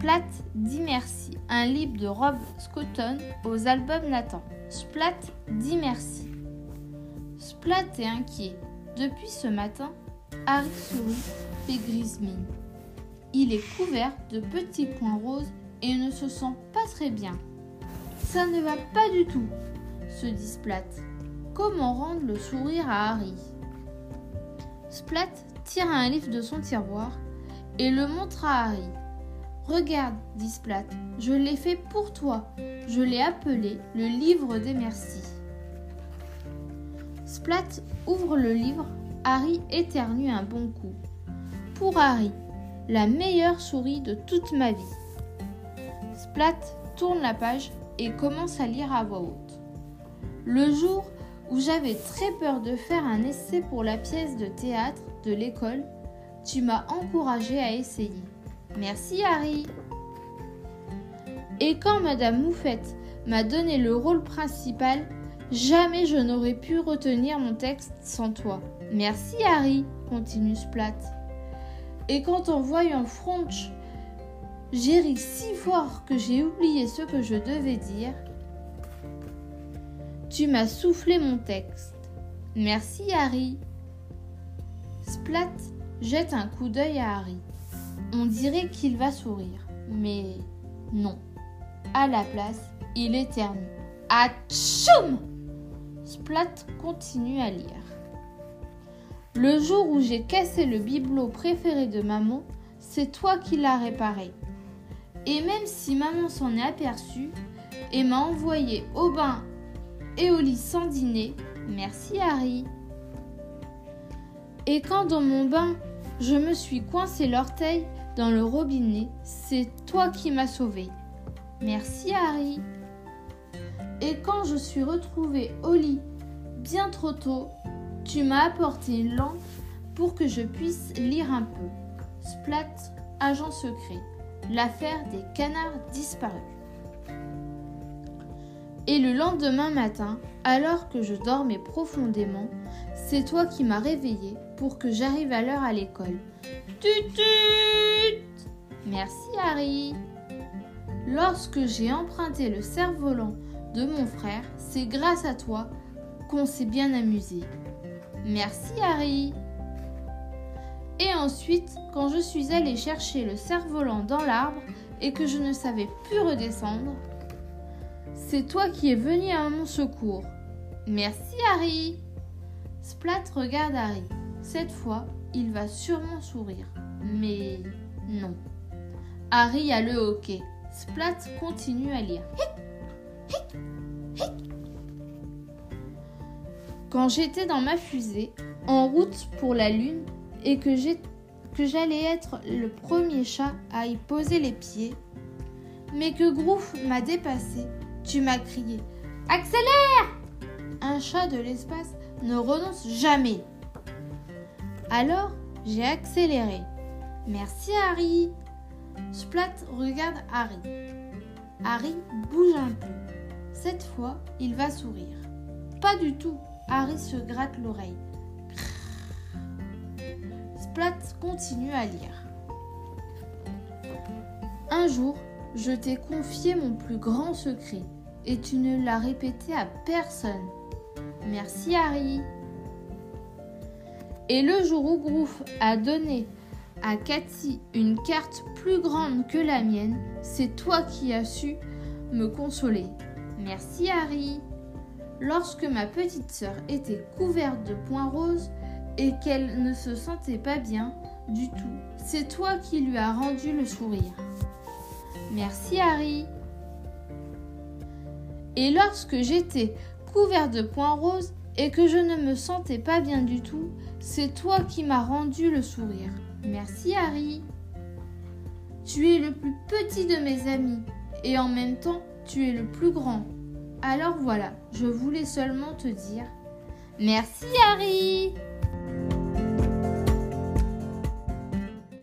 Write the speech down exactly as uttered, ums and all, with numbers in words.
Splat dit merci. Un livre de Rob Scotton aux albums Nathan. Splat dit merci. Splat est inquiet. Depuis ce matin, Harry sourit et grise mine. Il est couvert de petits points roses et ne se sent pas très bien. Ça ne va pas du tout, se dit Splat. Comment rendre le sourire à Harry? Splat tire un livre de son tiroir et le montre à Harry. Regarde, dit Splat, je l'ai fait pour toi. Je l'ai appelé le livre des merci. Splat ouvre le livre. Harry éternue un bon coup. Pour Harry, la meilleure souris de toute ma vie. Splat tourne la page et commence à lire à voix haute. Le jour où j'avais très peur de faire un essai pour la pièce de théâtre de l'école, tu m'as encouragé à essayer. Merci Harry. Et quand Madame Moufette m'a donné le rôle principal, jamais je n'aurais pu retenir mon texte sans toi. Merci Harry, continue Splat. Et quand en voyant Fronch, j'ai ri si fort que j'ai oublié ce que je devais dire, tu m'as soufflé mon texte. Merci Harry. Splat jette un coup d'œil à Harry. On dirait qu'il va sourire, mais non. À la place, il éternue. Atchoum! Splat continue à lire. Le jour où j'ai cassé le bibelot préféré de maman, c'est toi qui l'as réparé. Et même si maman s'en est aperçue et m'a envoyé au bain et au lit sans dîner, merci Harry. Et quand dans mon bain, je me suis coincé l'orteil dans le robinet, c'est toi qui m'as sauvé. Merci Harry. Et quand je suis retrouvée au lit bien trop tôt, tu m'as apporté une lampe pour que je puisse lire un peu. Splat, agent secret. L'affaire des canards disparus. Et le lendemain matin, alors que je dormais profondément, c'est toi qui m'as réveillée pour que j'arrive à l'heure à l'école. Tut tut! Merci Harry. Lorsque j'ai emprunté le cerf-volant de mon frère, c'est grâce à toi qu'on s'est bien amusé. Merci Harry. Et ensuite, quand je suis allée chercher le cerf-volant dans l'arbre et que je ne savais plus redescendre, c'est toi qui es venu à mon secours. Merci Harry. Splat regarde Harry. Cette fois, il va sûrement sourire. Mais non. Harry a le hoquet. Splat continue à lire. Hic, hic, hic. Quand j'étais dans ma fusée, en route pour la Lune, et que, j'ai, que j'allais être le premier chat à y poser les pieds, mais que Grouf m'a dépassé, tu m'as crié « Accélère !» Un chat de l'espace ne renonce jamais. Alors, j'ai accéléré. Merci Harry. Splat regarde Harry. Harry bouge un peu. Cette fois, il va sourire. Pas du tout. Harry se gratte l'oreille. Splat continue à lire. Un jour, je t'ai confié mon plus grand secret et tu ne l'as répété à personne. Merci Harry. Et le jour où Grouf a donné à Cathy une carte plus grande que la mienne, c'est toi qui as su me consoler. Merci Harry. Lorsque ma petite sœur était couverte de points roses et qu'elle ne se sentait pas bien du tout, c'est toi qui lui as rendu le sourire. Merci Harry. Et lorsque j'étais couvert de points roses et que je ne me sentais pas bien du tout, c'est toi qui m'as rendu le sourire. Merci Harry. Tu es le plus petit de mes amis et en même temps, tu es le plus grand. Alors voilà, je voulais seulement te dire merci Harry.